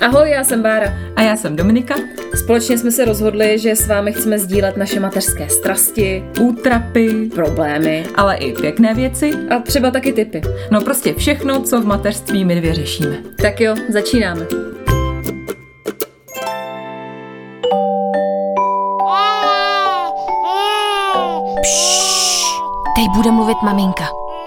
Ahoj, já jsem Bára. A já jsem Dominika. Společně jsme se rozhodli, že s vámi chceme sdílet naše mateřské strasti, útrapy, problémy, ale i pěkné věci. A třeba taky tipy. No prostě všechno, co v mateřství my dvě řešíme. Tak jo, začínáme. Teď bude mluvit maminka.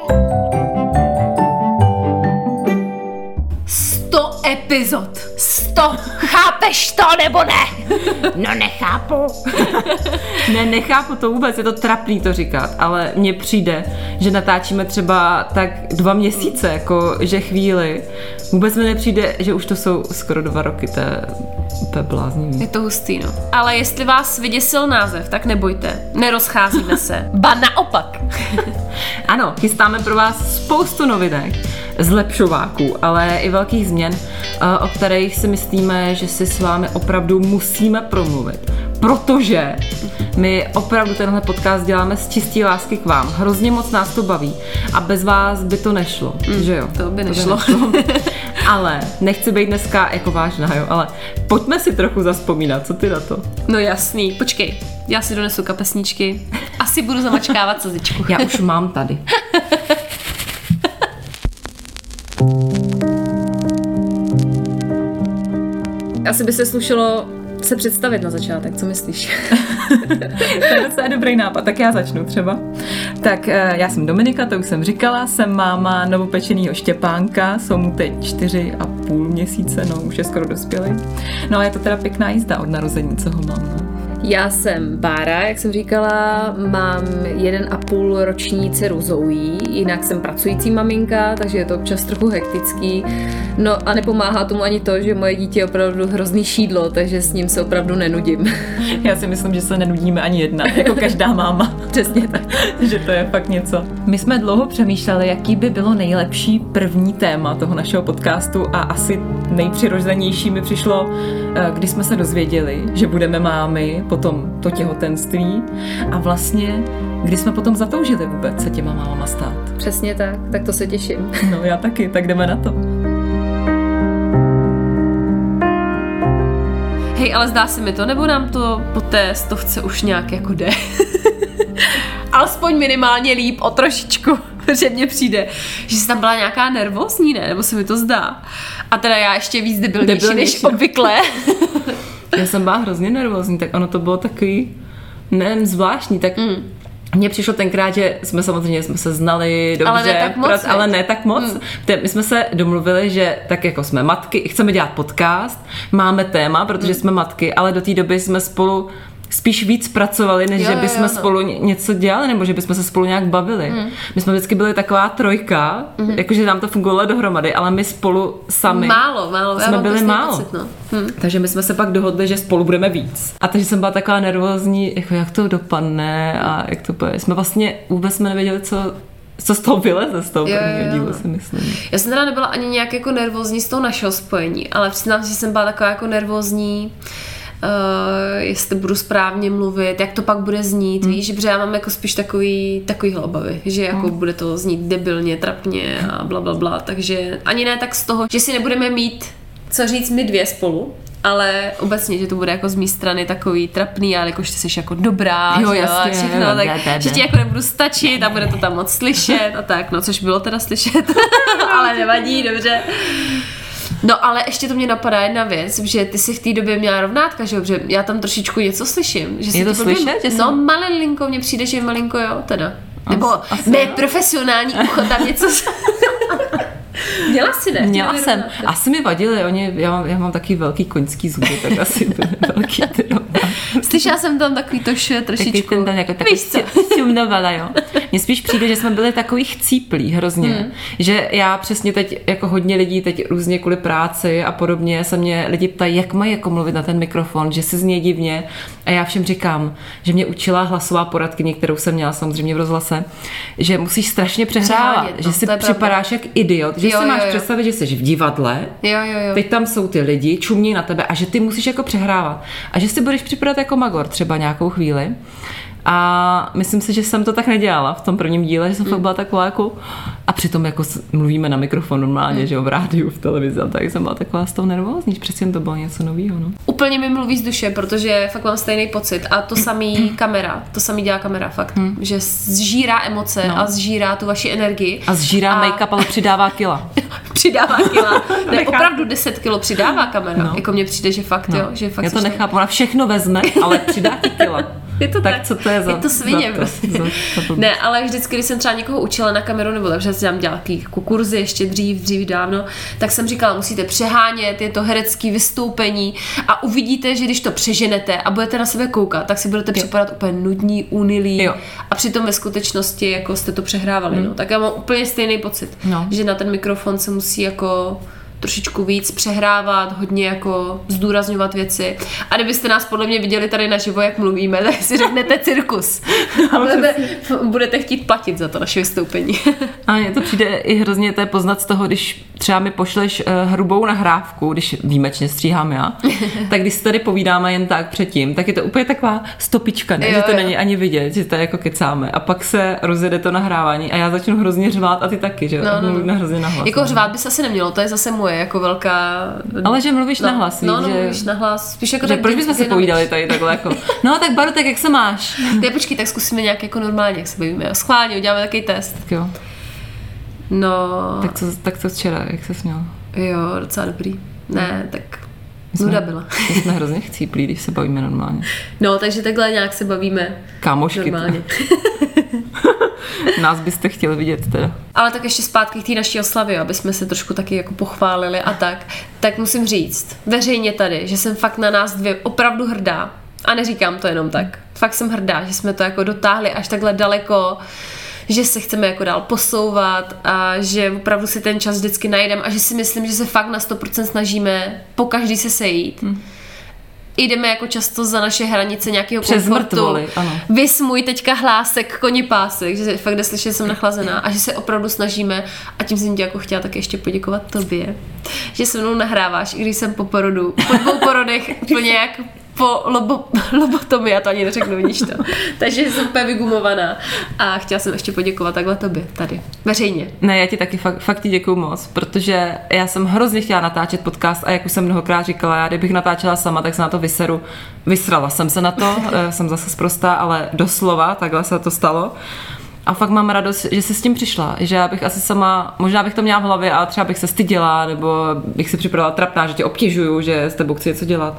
100 epizod. 100. Chápeš to, nebo ne? No nechápu. Nechápu to vůbec, je to trapný to říkat, ale mně přijde, že natáčíme třeba tak 2 měsíce, jako že chvíli. Vůbec mi nepřijde, že už to jsou skoro 2 roky, to je úplně bláznivý. Je to hustý, no. Ale jestli vás vyděsil název, tak nebojte, nerozcházíme se. Ba naopak. Ano, chystáme pro vás spoustu novinek, zlepšováků, ale i velkých změn, o kterých si myslíme, že si s vámi opravdu musíme promluvit. Protože my opravdu tenhle podcast děláme z čistý lásky k vám. Hrozně moc nás to baví a bez vás by to nešlo, že jo? To by nešlo. Ale nechci být dneska jako vážná, jo, ale pojďme si trochu zazpomínat, co ty na to? No jasný, počkej, já si donesu kapesničky. Asi budu zamačkávat slzičku. Já už mám tady. Asi by se slušelo se představit na začátek, co myslíš? To je docela dobrý nápad, tak já začnu třeba. Tak já jsem Dominika, to už jsem říkala, jsem máma novopečenýho Štěpánka, jsou mu teď 4,5 měsíce, no už je skoro dospělý. No a je to teda pěkná jízda od narození, co ho mám, no. Já jsem Bára, jak jsem říkala, mám 1,5 roční dceru Zoe, jinak jsem pracující maminka, takže je to občas trochu hektický. No a nepomáhá tomu ani to, že moje dítě je opravdu hrozný šídlo, takže s ním se opravdu nenudím. Já si myslím, že se nenudíme ani jedna, jako každá máma. Přesně tak. Že to je fakt něco. My jsme dlouho přemýšleli, jaký by bylo nejlepší první téma toho našeho podcastu a asi nejpřirozenější mi přišlo, když jsme se dozvěděli, že budeme mámy, potom to těhotenství a vlastně, kdy jsme potom zatoužili vůbec se těma mámama stát. Přesně tak to se těším. No já taky, tak jdeme na to. Hej, ale zdá se mi to, nebo nám to po té 100 už nějak jako jde? Alespoň minimálně líp o trošičku, protože mně přijde, že jsi tam byla nějaká nervózní, ne? Nebo se mi to zdá. A teda já ještě víc debilnější než obvykle. Já jsem byla hrozně nervózní, tak ono to bylo takový, nevím, zvláštní, tak mně přišlo tenkrát, že jsme se znali dobře, ale ne tak moc. My jsme se domluvili, že tak jako jsme matky, chceme dělat podcast, máme téma, protože jsme matky, ale do té doby jsme spolu spíš víc pracovali, než že bychom spolu něco dělali, nebo že bychom se spolu nějak bavili. My jsme vždycky byli taková trojka, jakože nám to fungovalo dohromady, ale my spolu sami málo. jsme byli málo. Pocit, no. Takže my jsme se pak dohodli, že spolu budeme víc. A takže jsem byla taková nervózní, jako jak to dopadne a jak to bude. Jsme vlastně vůbec nevěděli, co z toho vyleze, z toho prvního dílu, si myslím. Já jsem teda nebyla ani nějak jako nervózní z toho našeho spojení, ale přiznám si, že jsem byla taková jako nervózní, jestli budu správně mluvit, jak to pak bude znít, víš, protože já mám jako spíš takovýhle obavy, že jako bude to znít debilně, trapně a blablabla, takže ani ne tak z toho, že si nebudeme mít co říct my dvě spolu, ale obecně, že to bude jako z mé strany takový trapný, ale jakož ty jsi jako dobrá, jo, že jasně, všechno, tak že ti jako nebudu stačit a bude to tam moc slyšet a tak, no což bylo teda slyšet, ale nevadí, dobře. No ale ještě to mě napadá jedna věc, že ty jsi v té době měla rovnátka, že jo, protože já tam trošičku něco slyším. Že je to slyšet? No malinko, mně přijde, že malinko jo, teda. Nebo mé profesionální ucho tam něco... Měla jsi, ne? Měla jsem. Asi mi vadili, já mám taky velký koňský zuby, tak asi byly velký ty rovnátky. Slyšela jsem tam takový to trošičku. Víš co? Sumnovala, jo. Mně spíš přijde, že jsme byli takový chcíplí hrozně. Že já přesně teď, jako hodně lidí teď různě kvůli práci a podobně, se mě lidi ptají, jak mají jako mluvit na ten mikrofon, že se zní divně. A já všem říkám, že mě učila hlasová poradkyně, kterou jsem měla samozřejmě v rozhlase, že musíš strašně přehrávat, že si připadáš jak idiot, že si máš představit, že jsi v divadle, teď tam jsou ty lidi, čumí na tebe a že ty musíš jako přehrávat. A že si budeš připadat jako magor třeba nějakou chvíli. A myslím si, že jsem to tak nedělala v tom prvním díle, že jsem fakt byla taková jako, a přitom jako mluvíme na mikrofon normálně, že jo, v rádiu, v televizi, a tak jsem byla taková z toho nervózní, přeci jen to bylo něco nového, no. Úplně mi mluví z duše, protože fakt mám stejný pocit a to samý kamera, to samý dělá kamera fakt, že zžírá emoce a zžírá tu vaši energii. A zžírá make-up, ale přidává kila. Přidává kila. Ne, opravdu 10 kilo přidává kamera. No. Jako mně přijde, že fakt, jo. Že fakt já to nechápu, ona všechno vezme, ale přidá ti kila. Je to tak, co to je za... Je to svině prostě. Ne, ale vždycky, když jsem třeba někoho učila na kameru, nebo takže jsem dělala jako kurzy ještě dřív dávno, tak jsem říkala, musíte přehánět, je to herecký vystoupení a uvidíte, že když to přeženete a budete na sebe koukat, tak si budete připadat úplně nudní, unilí a přitom ve skutečnosti jako jste to přehrávali. No. Tak já mám úplně stejný pocit, že na ten mikrofon se musí jako trošičku víc přehrávat, hodně jako zdůrazňovat věci. A kdybyste nás podle mě viděli tady naživo, jak mluvíme, tak si řeknete cirkus. A budete chtít platit za to naše vystoupení. A mně to přijde i hrozně to je poznat z toho, když třeba mi pošleš hrubou nahrávku, když výjimečně stříhám já, tak když si tady povídáme jen tak předtím, tak je to úplně taková stopička, ne? Že to není ani vidět, že to je jako kecáme. A pak se rozjede to nahrávání a já začnu hrozně řvát a ty taky, že mluvíme hrozně nahlas. Jako řvát by se asi nemělo, to je zase moje jako velká... Ale že mluvíš nahlas, víš, že... mluvíš nahlas. Spíš jako že proč bychom si povídali tady takhle jako... No tak Baru, tak jak se máš? Ne, počkej, tak zkusíme nějak jako normálně, jak se bavíme. Schválně, uděláme takový test. Tak jo. No... Tak co včera, jak ses měl? Jo, docela dobrý. Ne, tak... Nuda byla. My jsme hrozně chcíplí, když se bavíme normálně. No, takže takhle nějak se bavíme. Kámošky. Normálně. Nás byste chtěli vidět teda. Ale tak ještě zpátky k té naší oslavě, aby jsme se trošku taky jako pochválili a tak musím říct veřejně tady, že jsem fakt na nás dvě opravdu hrdá. A neříkám to jenom tak. Fakt jsem hrdá, že jsme to jako dotáhli až takhle daleko, že se chceme jako dál posouvat a že opravdu si ten čas vždycky najdeme a že si myslím, že se fakt na 100% snažíme po každý se sejít. Jdeme jako často za naše hranice nějakého komfortu. Vys můj teďka hlásek, konipásek, že fakt jde slyšet, že jsem nachlazená a že se opravdu snažíme a tím jsem tě jako chtěla tak ještě poděkovat tobě, že se mnou nahráváš, i když jsem po 2 porodech úplně jak po lobotomii, já to ani neřeknu, vidíš to. Takže jsem úplně vygumovaná a chtěla jsem ještě poděkovat takhle tobě, tady, veřejně. Ne, já ti taky fakt ti děkuju moc, protože já jsem hrozně chtěla natáčet podcast a jak už jsem mnohokrát říkala, já kdybych natáčela sama, tak se na to vyseru. Vysrala jsem se na to, jsem zase sprostá, ale doslova, takhle se to stalo. A fakt mám radost, že jsi s tím přišla, že já bych asi sama, možná bych to měla v hlavě a třeba bych se styděla, nebo bych si připravila trapná, že tě obtěžuju, že s tebou chci něco dělat.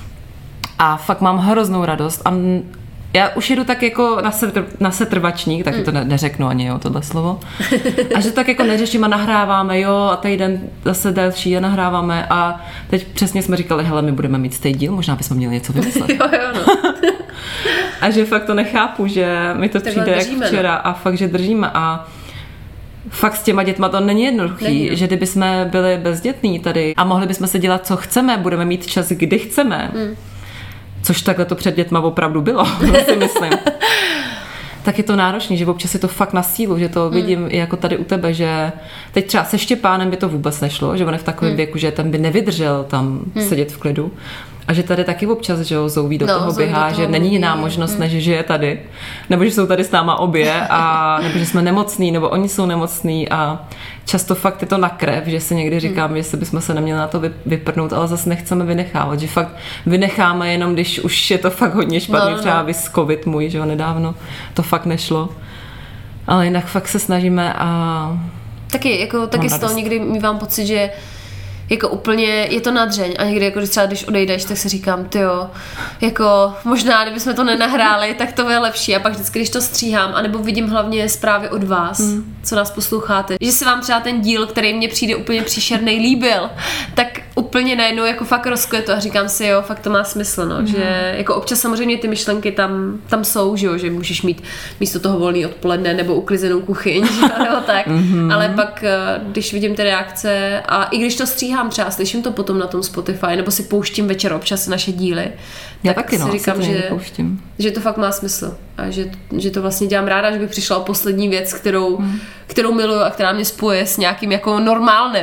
A fakt mám hroznou radost a já už jedu tak jako na setrvačník, taky to neřeknu ani, jo, tohle slovo. A že tak jako neřeším a nahráváme, jo, a tady den zase další a nahráváme a teď přesně jsme říkali, hele, my budeme mít stejný díl, možná bychom měli něco vymyslet. Jo, no. A že fakt to nechápu, že mi to přijde jak včera a fakt, že držíme a fakt s těma dětma to není jednoduchý, že kdyby jsme byli bezdětní tady a mohli bychom se dělat, co chceme, budeme mít čas, kdy chceme. Což takhle to před dětma opravdu bylo, si myslím. Tak je to náročný, že občas je to fakt na sílu, že to vidím i jako tady u tebe, že teď třeba se Štěpánem by to vůbec nešlo, že on je v takovém věku, že ten by nevydržel tam sedět v klidu. A že tady taky občas, že jo, Zouví do toho běhá, že není jiná možnost, než že je tady. Nebo že jsou tady s náma obě, a nebo že jsme nemocní, nebo oni jsou nemocní a často fakt je to na krev, že si někdy říkám, že bychom se neměli na to vyprdnout, ale zase nechceme vynechávat, že fakt vynecháme jenom, když už je to fakt hodně špatný, třeba vys covid můj, že jo, nedávno, to fakt nešlo. Ale jinak fakt se snažíme a... Taky z toho někdy mívám pocit, že jako úplně je to nadřeň a někdy jako třeba když odejdeš, tak si říkám, tyjo, jako možná kdybychom to nenahráli, tak to je lepší a pak vždycky, když to stříhám, anebo vidím hlavně zprávy od vás, co nás posloucháte, že se vám třeba ten díl, který mně přijde úplně příšernej, líbil, tak úplně najednou jako fakt rozkvětu a říkám si, jo, fakt to má smysl, no, že jako občas samozřejmě ty myšlenky tam jsou, že můžeš mít místo toho volný odpoledne nebo uklizenou kuchyň, nebo tak, ale pak, když vidím ty reakce a i když to stříhám třeba, slyším to potom na tom Spotify, nebo si pouštím večer občas naše díly, já tak taky, si říkám, že to fakt má smysl a že to vlastně dělám ráda, že bych přišla o poslední věc, kterou miluju a která mě spojuje s nějakým jako normálním.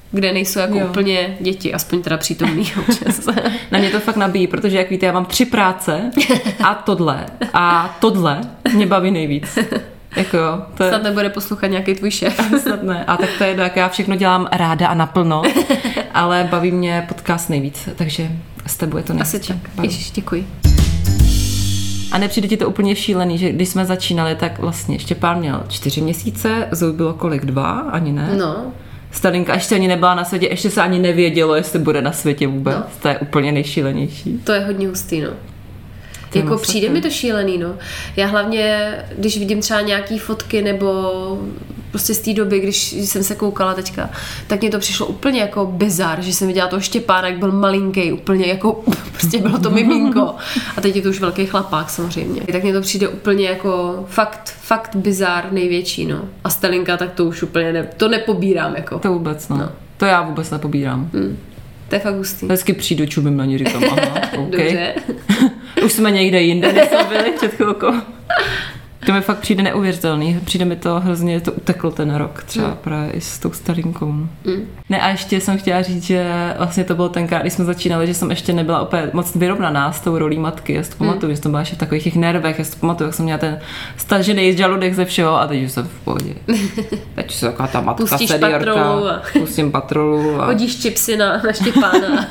kde nejsou jako úplně děti, aspoň teda přítomný občas. Na mě to fakt nabíjí, protože jak víte, já mám 3 práce a tohle mě baví nejvíc. Jako, to snad nebude poslouchat nějaký tvůj šéf. Snad ne. A tak to je, jak já všechno dělám ráda a naplno, ale baví mě podcast nejvíc, takže s tebou je to nejvíc. Asi tak. Ježiš, děkuji. A nepřijde ti to úplně šílený, že když jsme začínali, tak vlastně Štěpán měl 4 měsíce, Zoe bylo kolik, 2? Ani ne? No. Stalinka ještě ani nebyla na světě, ještě se ani nevědělo, jestli bude na světě vůbec. No. To je úplně nejšílenější. To je hodně hustý, no. Jako přijde mi to šílený, no. Já hlavně, když vidím třeba nějaký fotky nebo prostě z té doby, když jsem se koukala teďka, tak mně to přišlo úplně jako bizar, že jsem viděla toho Štěpána, jak byl malinký, úplně jako, prostě bylo to miminko. A teď je to už velký chlapák samozřejmě. Tak mně to přijde úplně jako fakt bizar největší, no. A Stalinka, tak to už úplně to nepobírám, jako. To vůbec, no. To já vůbec nepobírám. To je fakt hustý. Vždycky přijdu, čumím na ní, říkám, aha, OK. Dobře. Už jsme někde jinde, než jsme byli před chvilkou. To mi fakt přijde neuvěřitelný. Přijde mi to hrozně, to uteklo ten rok, třeba právě i s tou Starinkou. Ne, a ještě jsem chtěla říct, že vlastně to bylo tenkrát, když jsme začínali, že jsem ještě nebyla opět moc vyrovnaná s tou rolí matky. Já si to pamatuju, že jsem byla ještě v takových těch nervech, já si to pamatuju, jak jsem měla ten stažený žaludek ze všeho a teď už jsem v pohodě. Teď jsem taková ta matka seniorka. Pustím patrolu. A hodíš čipsy na Štěpána.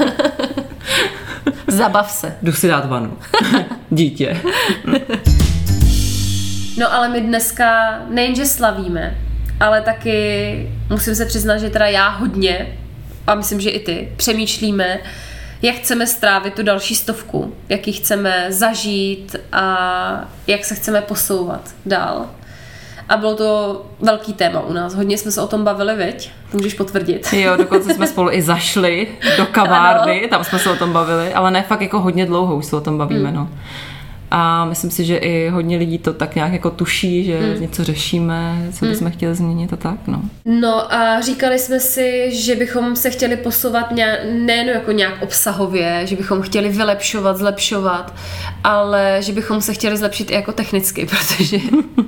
Zabav se. Jdu si dát vanu. Dítě. No ale my dneska nejenže slavíme, ale taky musím se přiznat, že teda já hodně, a myslím, že i ty, přemýšlíme, jak chceme strávit tu další 100, jak ji chceme zažít a jak se chceme posouvat dál. A bylo to velký téma u nás. Hodně jsme se o tom bavili, viď? Můžeš potvrdit. Jo, dokonce jsme spolu i zašli do kavárny, tam jsme se o tom bavili, ale ne fakt jako hodně dlouho už se o tom bavíme, no. A myslím si, že i hodně lidí to tak nějak jako tuší, že něco řešíme, co bychom chtěli změnit a tak, no. No a říkali jsme si, že bychom se chtěli posouvat nejen jako nějak obsahově, že bychom chtěli vylepšovat, zlepšovat, ale že bychom se chtěli zlepšit i jako technicky, protože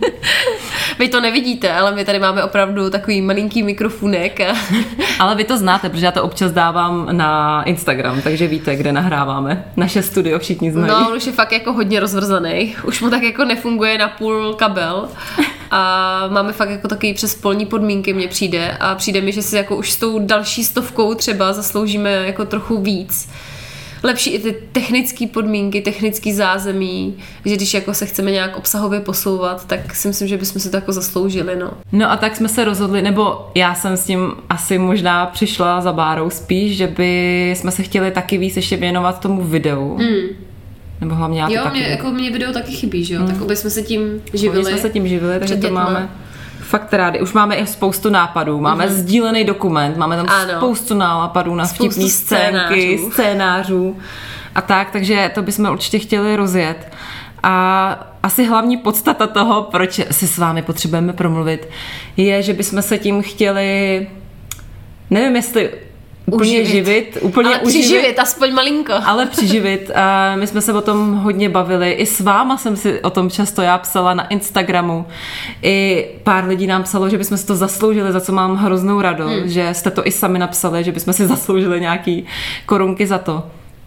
vy to nevidíte, ale my tady máme opravdu takový malinký mikrofonek. Ale vy to znáte, protože já to občas dávám na Instagram, takže víte, kde nahráváme. Naše studio všichni znají. No, už je fakt jako hodně rozvrzaný. Už mu tak jako nefunguje na půl kabel. A máme fakt jako takový přespolní podmínky, mně přijde. A přijde mi, že si jako už s tou další 100 třeba zasloužíme jako trochu víc. Lepší i ty technické podmínky, technický zázemí, že když jako se chceme nějak obsahově posouvat, tak si myslím, že bychom si to jako zasloužili, no. No a tak jsme se rozhodli, nebo já jsem s tím asi možná přišla za Bárou spíš, že by jsme se chtěli taky víc ještě věnovat tomu videu. Nebo hlavně já to taky. Jo, mě video taky chybí, že jo, tak oba jsme se tím živili. Jsme se tím živili, takže to máme fakt rádi. Už máme i spoustu nápadů, máme sdílený dokument, máme tam spoustu nápadů na vtipný scénky, scénářů a tak, takže to bychom určitě chtěli rozjet. A asi hlavní podstata toho, proč si s vámi potřebujeme promluvit, je, že bychom se tím chtěli, nevím jestli úplně živit, ale přiživit, aspoň malinko. Ale přiživit. My jsme se o tom hodně bavili. I s váma jsem si o tom často já psala na Instagramu. I pár lidí nám psalo, že bychom si to zasloužili, za co mám hroznou radost, že jste to i sami napsali, že bychom si zasloužili nějaký korunky za to.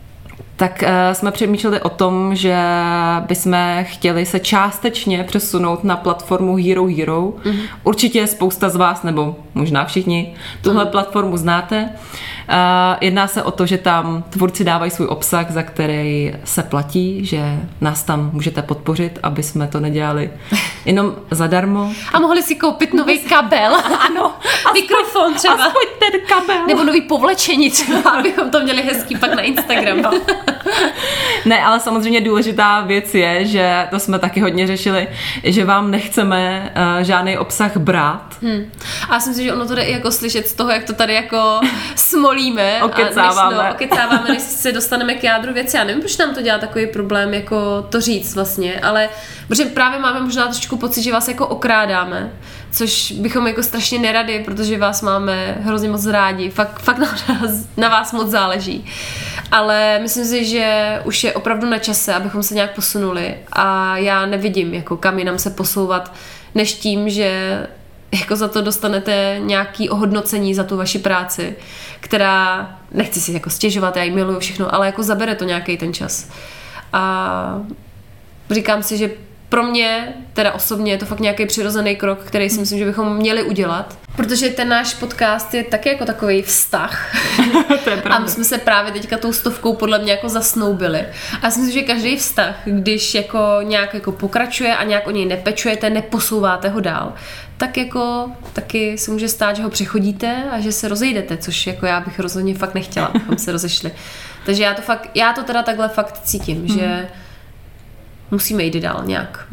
Tak jsme přemýšleli o tom, že bychom chtěli se částečně přesunout na platformu Hero Hero. Určitě spousta z vás, nebo možná všichni, tuhle platformu znáte. Jedná se o to, že tam tvůrci dávají svůj obsah, za který se platí, že nás tam můžete podpořit, aby jsme to nedělali jenom zadarmo. A mohli si koupit nový kabel. Ano. Mikrofon třeba. Aspoň ten kabel. Nebo nový povlečení třeba, abychom to měli hezký pak na Instagramu. Ne, ale samozřejmě důležitá věc je, že to jsme taky hodně řešili, že vám nechceme žádný obsah brát. A já si myslím, že ono to jde i jako slyšet z toho, jak to tady jako smolíme. Okecáváme. Než se dostaneme k jádru věci. Já nevím, proč nám to dělá takový problém, jako to říct vlastně, ale protože právě máme možná trošku pocit, že vás jako okrádáme, což bychom jako strašně neradi, protože vás máme hrozně moc rádi. Fakt na vás moc záleží. Ale myslím si, že už je opravdu na čase, abychom se nějak posunuli a já nevidím, jako kam jinam se posouvat, než tím, že jako za to dostanete nějaký ohodnocení za tu vaši práci, která, nechci si jako stěžovat, já ji miluju všechno, ale jako zabere to nějaký ten čas. A říkám si, že pro mě, teda osobně, je to fakt nějaký přirozený krok, který si myslím, že bychom měli udělat. Protože ten náš podcast je taky jako takový vztah. To je pravda. A my jsme se právě teďka tou 100 podle mě jako zasnoubili. A já si myslím, že každý vztah, když jako nějak jako pokračuje a nějak o něj nepečujete, neposouváte ho dál, tak jako taky se může stát, že ho přechodíte a že se rozejdete, což jako já bych rozhodně fakt nechtěla, abychom se rozešli. Takže já to teda takhle fakt cítím, že musíme jít dál nějak.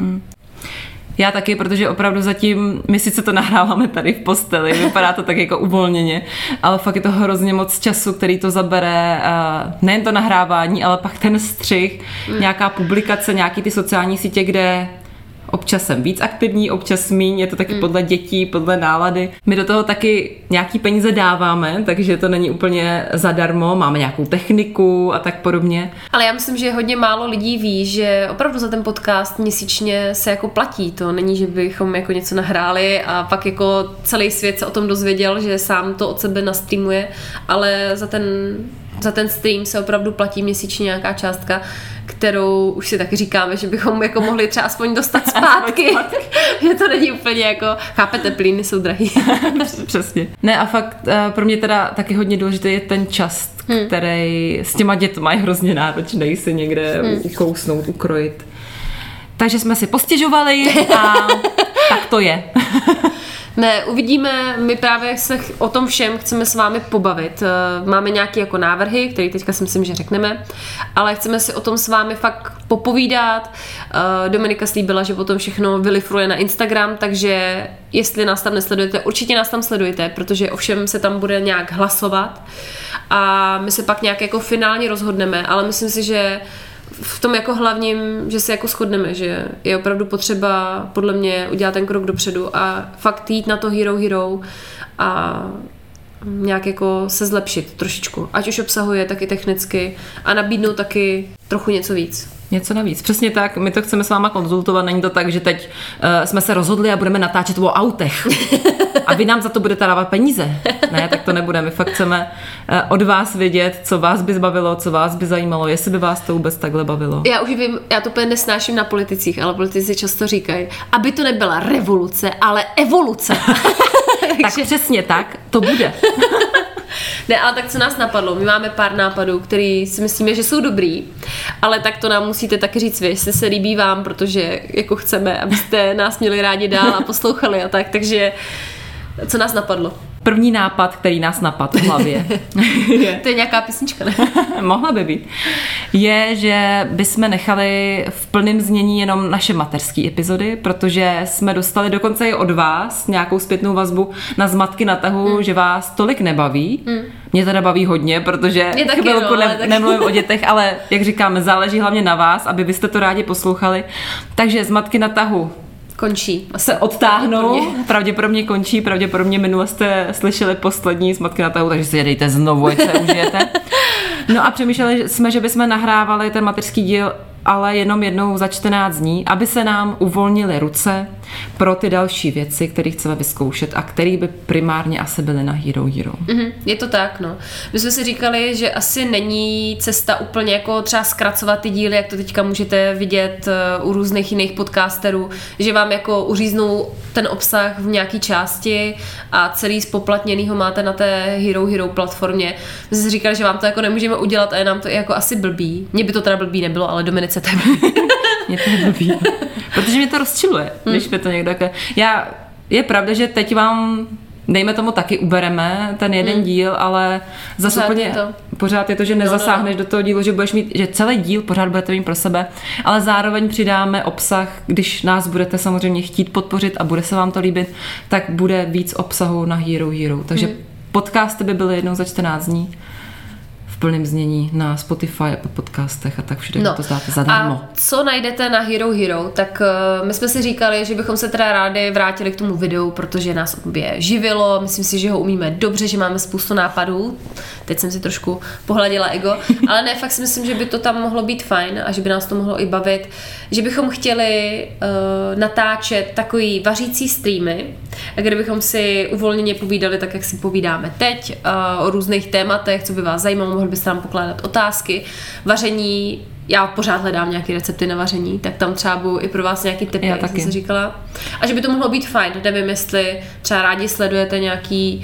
Já taky, protože opravdu zatím, my sice to nahráváme tady v posteli, vypadá to tak jako uvolněně, ale fakt je to hrozně moc času, který to zabere, nejen to nahrávání, ale pak ten střih, nějaká publikace, nějaký ty sociální sítě, kde občas jsem víc aktivní, občas míň, je to taky podle dětí, podle nálady. My do toho taky nějaký peníze dáváme, takže to není úplně zadarmo, máme nějakou techniku a tak podobně. Ale já myslím, že hodně málo lidí ví, že opravdu za ten podcast měsíčně se jako platí. To není, že bychom jako něco nahráli a pak jako celý svět se o tom dozvěděl, že sám to od sebe nastreamuje, ale za ten stream se opravdu platí měsíčně nějaká částka, kterou už si taky říkáme, že bychom jako mohli třeba aspoň dostat zpátky. Že to není úplně jako, chápete, plyny jsou drahý. Přesně. Ne a fakt pro mě teda taky hodně důležitý je ten čas, který s těma dětma je hrozně náročný si někde ukousnout, ukrojit. Takže jsme si postěžovali a tak to je. Ne, uvidíme, my právě se o tom všem chceme s vámi pobavit. Máme nějaké jako návrhy, které teďka si myslím, že řekneme, ale chceme si o tom s vámi fakt popovídat. Dominika slíbila, že potom všechno vylifruje na Instagram, takže jestli nás tam nesledujete, určitě nás tam sledujte, protože ovšem se tam bude nějak hlasovat a my se pak nějak jako finálně rozhodneme, ale myslím si, že v tom jako hlavním, že se jako shodneme, že je opravdu potřeba podle mě udělat ten krok dopředu a fakt jít na to Hero a nějak jako se zlepšit trošičku. Ať už obsahuje, tak i technicky a nabídnout taky trochu něco víc. Něco navíc. Přesně tak, my to chceme s váma konzultovat, není to tak, že teď jsme se rozhodli a budeme natáčet o autech a vy nám za to budete dávat peníze. Ne, tak to nebude. My fakt chceme od vás vědět, co vás by zbavilo, co vás by zajímalo, jestli by vás to vůbec takhle bavilo. Já už vím, já to úplně nesnáším na politicích, ale politici často říkají, aby to nebyla revoluce, ale evoluce. Tak přesně tak, to bude. Ne, ale tak co nás napadlo? My máme pár nápadů, který si myslíme, že jsou dobrý, ale tak to nám musíte taky říct vy, jestli se líbí vám, protože jako chceme, abyste nás měli rádi dál a poslouchali a tak, takže co nás napadlo? První nápad, který nás napadl v hlavě. To je nějaká písnička, ne? Mohla by být. Je, že bychom nechali v plném znění jenom naše mateřské epizody, protože jsme dostali dokonce i od vás nějakou zpětnou vazbu na Zmatky na tahu, že vás tolik nebaví. Mě teda baví hodně, protože chvilku nemluvím o dětech, ale jak říkáme, záleží hlavně na vás, aby byste to rádi poslouchali. Takže Zmatky na tahu končí. Se odtáhnou, pravděpodobně končí, pravděpodobně minule jste slyšeli poslední Zmatky na tahu, takže si jedejte znovu, ať se užijete. No a přemýšleli jsme, že bychom nahrávali ten mateřský díl, ale jenom jednou za 14 dní, aby se nám uvolnily ruce pro ty další věci, které chceme vyzkoušet a které by primárně asi byly na Hero. Je to tak, no. My jsme si říkali, že asi není cesta úplně jako třeba zkracovat ty díly, jak to teďka můžete vidět u různých jiných podcasterů, že vám jako uříznou ten obsah v nějaký části a celý spoplatněný ho máte na té Hero platformě. My jsme si říkali, že vám to jako nemůžeme udělat a je nám to jako asi blbý. Mně by to teda blbý nebylo, ale Dominice to je blbý. Mě to blbý. Protože mě to rozčiluje, když by to někdo... Je pravda, že teď vám, dejme tomu, taky ubereme ten jeden díl, ale zase úplně pořád je to, že nezasáhneš do toho dílu, že budeš mít, že celý díl pořád budete mít pro sebe, ale zároveň přidáme obsah, když nás budete samozřejmě chtít podpořit a bude se vám to líbit, tak bude víc obsahu na Hero. Takže podcasty by byly jednou za 14 dní. V plném znění na Spotify a podcastech a tak všude, to zdáte zadarmo. A co najdete na Hero Hero, tak my jsme si říkali, že bychom se teda rádi vrátili k tomu videu, protože nás obě živilo, myslím si, že ho umíme dobře, že máme spoustu nápadů. Teď jsem si trošku pohladila ego, ale ne, fakt si myslím, že by to tam mohlo být fajn a že by nás to mohlo i bavit, že bychom chtěli natáčet takový vařící streamy, kde bychom si uvolněně povídali tak, jak si povídáme teď, o různých tématech, co by vás zajímalo, mohli byste nám pokládat otázky, vaření. Já pořád hledám nějaké recepty na vaření, tak tam třeba budou i pro vás nějaký tipy, jak jsem si říkala. A že by to mohlo být fajn, nevím, jestli třeba rádi sledujete nějaký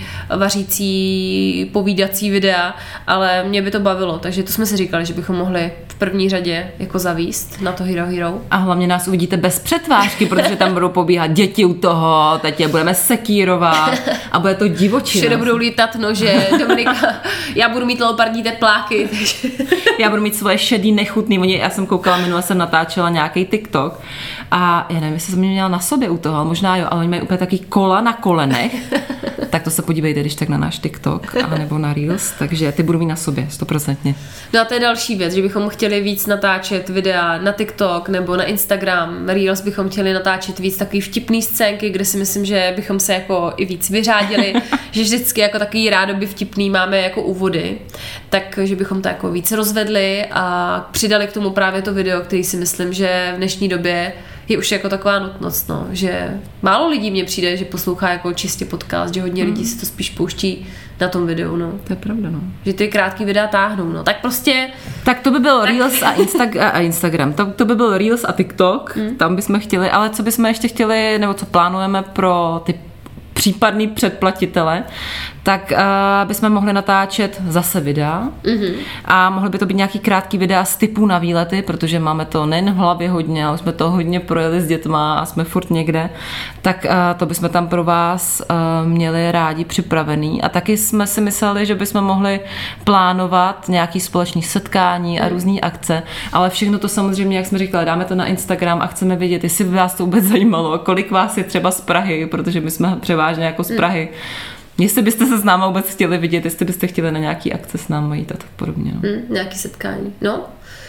vařící, povídací videa, ale mě by to bavilo, takže to jsme si říkali, že bychom mohli v první řadě jako zavíst na to Hero Hero. A hlavně nás uvidíte bez přetvářky, protože tam budou pobíhat děti u toho, teď je budeme sekírovat a bude to divočina. Všude budou lítat nože, Dominika, já budu mít leopardní tepláky. Takže... Já budu mít svoje šedý, nechutný. Já jsem koukala, minule jsem natáčela nějaký TikTok a já nevím, jestli jsem měla na sobě u toho, ale možná jo, ale oni mají úplně taky kola na kolenech, tak to se podívejte, když tak na náš TikTok a nebo na Reels, takže ty budu mít na sobě, 100%. No a to je další věc, že bychom chtěli víc natáčet videa na TikTok nebo na Instagram, Reels bychom chtěli natáčet víc takový vtipný scénky, kde si myslím, že bychom se jako i víc vyřádili, že vždycky jako takový rádoby vtipný máme jako úvody, takže bychom to jako víc rozvedli a přidali k tomu právě to video, který si myslím, že v dnešní době je už jako taková nutnost, no, že málo lidí mně přijde, že poslouchá jako čistě podcast, že hodně lidí si to spíš pouští na tom videu, no. To je pravda, no. Že ty krátký videa táhnou, no. Tak prostě... Tak to by byl Reels a Instagram. To by byl Reels a TikTok, tam bychom chtěli, ale co bychom ještě chtěli, nebo co plánujeme pro ty případný předplatitele, tak bychom mohli natáčet zase videa a mohly by to být nějaký krátký videa z tipů na výlety, protože máme to nejen v hlavě hodně, ale jsme to hodně projeli s dětma a jsme furt někde, tak to bychom tam pro vás měli rádi připravený a taky jsme si mysleli, že bychom mohli plánovat nějaký společný setkání a různý akce, ale všechno to samozřejmě, jak jsme říkali, dáme to na Instagram a chceme vědět, jestli by vás to vůbec zajímalo, kolik vás je třeba z Prahy, protože my jsme převážně jako z Prahy. Jestli byste se s náma vůbec chtěli vidět, jestli byste chtěli na nějaký akce s náma jít a tak podobně. No. Nějaký setkání. No,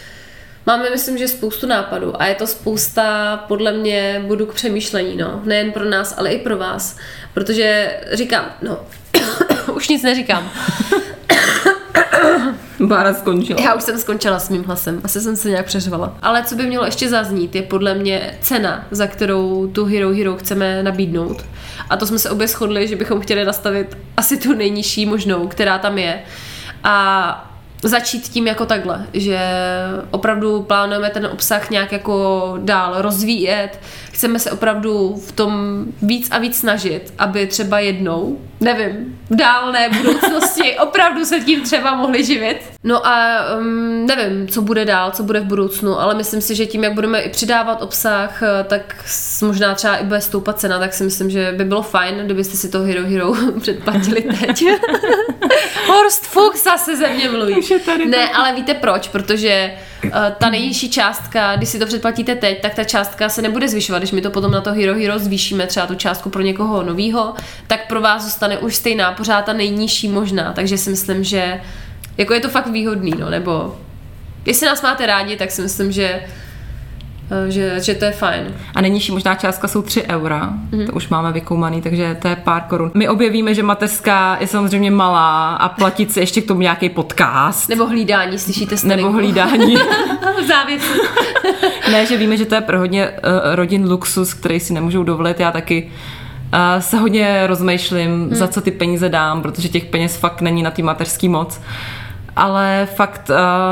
máme, myslím, že spoustu nápadů a je to spousta, podle mě, bodů k přemýšlení, no. Nejen pro nás, ale i pro vás. Protože říkám, no, už nic neříkám. Bára skončila. Já už jsem skončila s mým hlasem. Asi jsem se nějak přeřvala. Ale co by mělo ještě zaznít, je podle mě cena, za kterou tu Hero Hero chceme nabídnout. A to jsme se obě shodli, že bychom chtěli nastavit asi tu nejnižší možnou, která tam je. A začít tím jako takhle, že opravdu plánujeme ten obsah nějak jako dál rozvíjet. Chceme se opravdu v tom víc a víc snažit, aby třeba jednou, nevím, v dálné budoucnosti opravdu se tím třeba mohli živit. No a nevím, co bude dál, co bude v budoucnu, ale myslím si, že tím, jak budeme i přidávat obsah, tak možná třeba i bude stoupat cena, tak si myslím, že by bylo fajn, kdybyste si to Hero Hero předplatili teď. Horst Fuchs zase ze mě mluví. Ne, ale víte proč? Protože ta nejnižší částka, když si to předplatíte teď, tak ta částka se nebude zvyšovat. Když my to potom na to Hero Hero zvýšíme třeba tu částku pro někoho novýho, tak pro vás zůstane už stejná, pořád ta nejnižší možná. Takže si myslím, že jako je to fakt výhodný, no, nebo jestli nás máte rádi, tak si myslím, že to je fajn. A nejnižší možná částka jsou 3 eura, to už máme vykoumaný, takže to je pár korun. My objevíme, že mateřská je samozřejmě malá a platit si ještě k tomu nějaký podcast. Nebo hlídání, slyšíte starinku. Nebo hlídání. Závěsu. Ne, že víme, že to je pro hodně rodin luxus, který si nemůžou dovolit. Já taky se hodně rozmýšlím, za co ty peníze dám, protože těch peněz fakt není na ty mateřský moc. Ale fakt...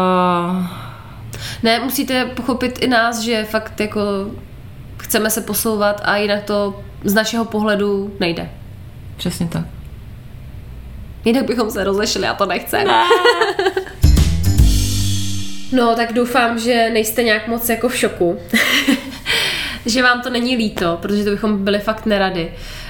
Ne, musíte pochopit i nás, že fakt jako chceme se posouvat a jinak to z našeho pohledu nejde. Přesně tak. Jinak bychom se rozešli a to nechceme. Ne. No, tak doufám, že nejste nějak moc jako v šoku. Že vám to není líto, protože to bychom byli fakt neradi.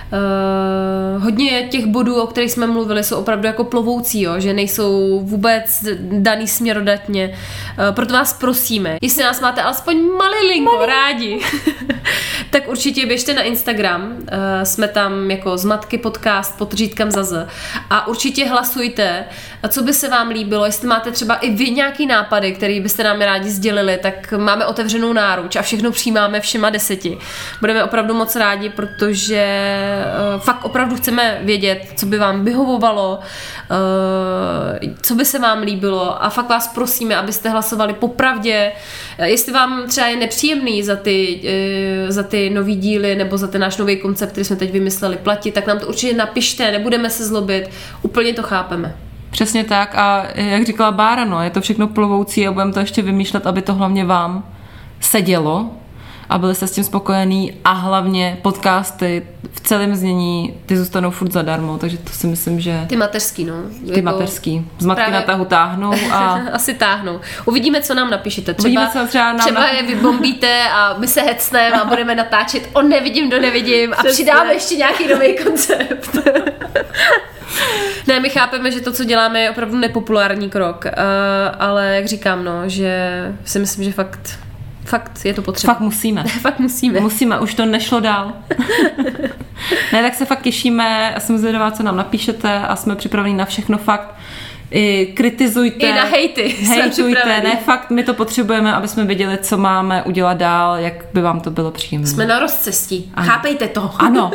Hodně těch bodů, o kterých jsme mluvili, jsou opravdu jako plovoucí, jo? Že nejsou vůbec daný směrodatně. Proto vás prosíme, jestli nás máte alespoň malilinko rádi, tak určitě běžte na Instagram, jsme tam jako Zmatky podcast pod řídkem ZAZ a určitě hlasujte, co by se vám líbilo, jestli máte třeba i vy nějaký nápady, který byste nám rádi sdělili, tak máme otevřenou náruč a všechno přijímáme všema 10. Budeme opravdu moc rádi, protože fakt opravdu chceme vědět, co by vám vyhovovalo, co by se vám líbilo a fakt vás prosíme, abyste hlasovali popravdě. Jestli vám třeba je nepříjemný za ty nový díly nebo za ten náš nový koncept, který jsme teď vymysleli, platit, tak nám to určitě napište, nebudeme se zlobit, úplně to chápeme. Přesně tak a jak říkala Bára, no, je to všechno plovoucí a budeme to ještě vymýšlet, aby to hlavně vám sedělo a byli jste s tím spokojení a hlavně podcasty v celém znění, ty zůstanou furt zadarmo, takže to si myslím, že... Ty mateřský, no. Ty mateřský. Zmatky právě... na tahu táhnou a... Asi táhnou. Uvidíme, co nám napíšete. Třeba je vybombíte a my se hecneme a budeme natáčet o nevidím do nevidím a přidáme ještě nějaký nový koncept. Ne, my chápeme, že to, co děláme, je opravdu nepopulární krok, ale jak říkám, no, že si myslím, že fakt je to potřeba. Fakt musíme. Fakt musíme. Musíme, už to nešlo dál. Ne, tak se fakt těšíme a jsem zvědavá, co nám napíšete a jsme připraveni na všechno fakt. I kritizujte. I na hejty. Hejtujte, ne, fakt my to potřebujeme, aby jsme věděli, co máme udělat dál, jak by vám to bylo příjemné. Jsme na rozcestí. Ano. Chápejte to. Ano.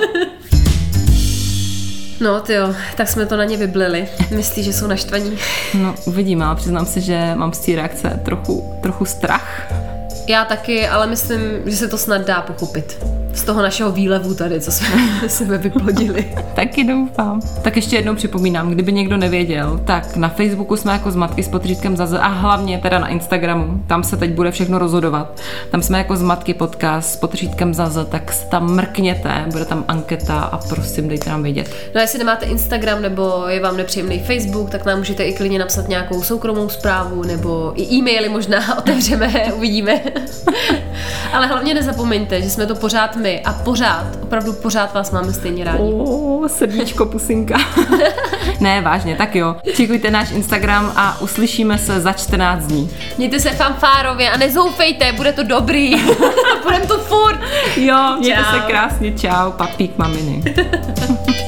No tyjo, tak jsme to na ně vyblili. Myslí, že jsou naštvaní. No uvidíme, ale přiznám si, že mám z té reakce trochu strach. Já taky, ale myslím, že se to snad dá pochopit. Z toho našeho výlevu tady, co jsme vyplodili. Taky doufám. Tak ještě jednou připomínám, kdyby někdo nevěděl, tak na Facebooku jsme jako Zmatky s podřídkem ZAZ a hlavně teda na Instagramu. Tam se teď bude všechno rozhodovat. Tam jsme jako Zmatky podcast s podřídkem ZAZ, tak tam mrkněte, bude tam anketa a prosím, dejte nám vědět. No a jestli nemáte Instagram nebo je vám nepříjemný Facebook, tak nám můžete i klidně napsat nějakou soukromou zprávu nebo i e-maily možná otevřeme, uvidíme. Ale hlavně nezapomeňte, že jsme to pořád my a opravdu pořád vás máme stejně rádi. Srdíčko, pusinka. Ne, vážně, tak jo. Čekujte náš Instagram a uslyšíme se za 14 dní. Mějte se fanfárově a nezoufejte, bude to dobrý. Budem to furt. Jo, mějte se krásně, čau, papík maminy.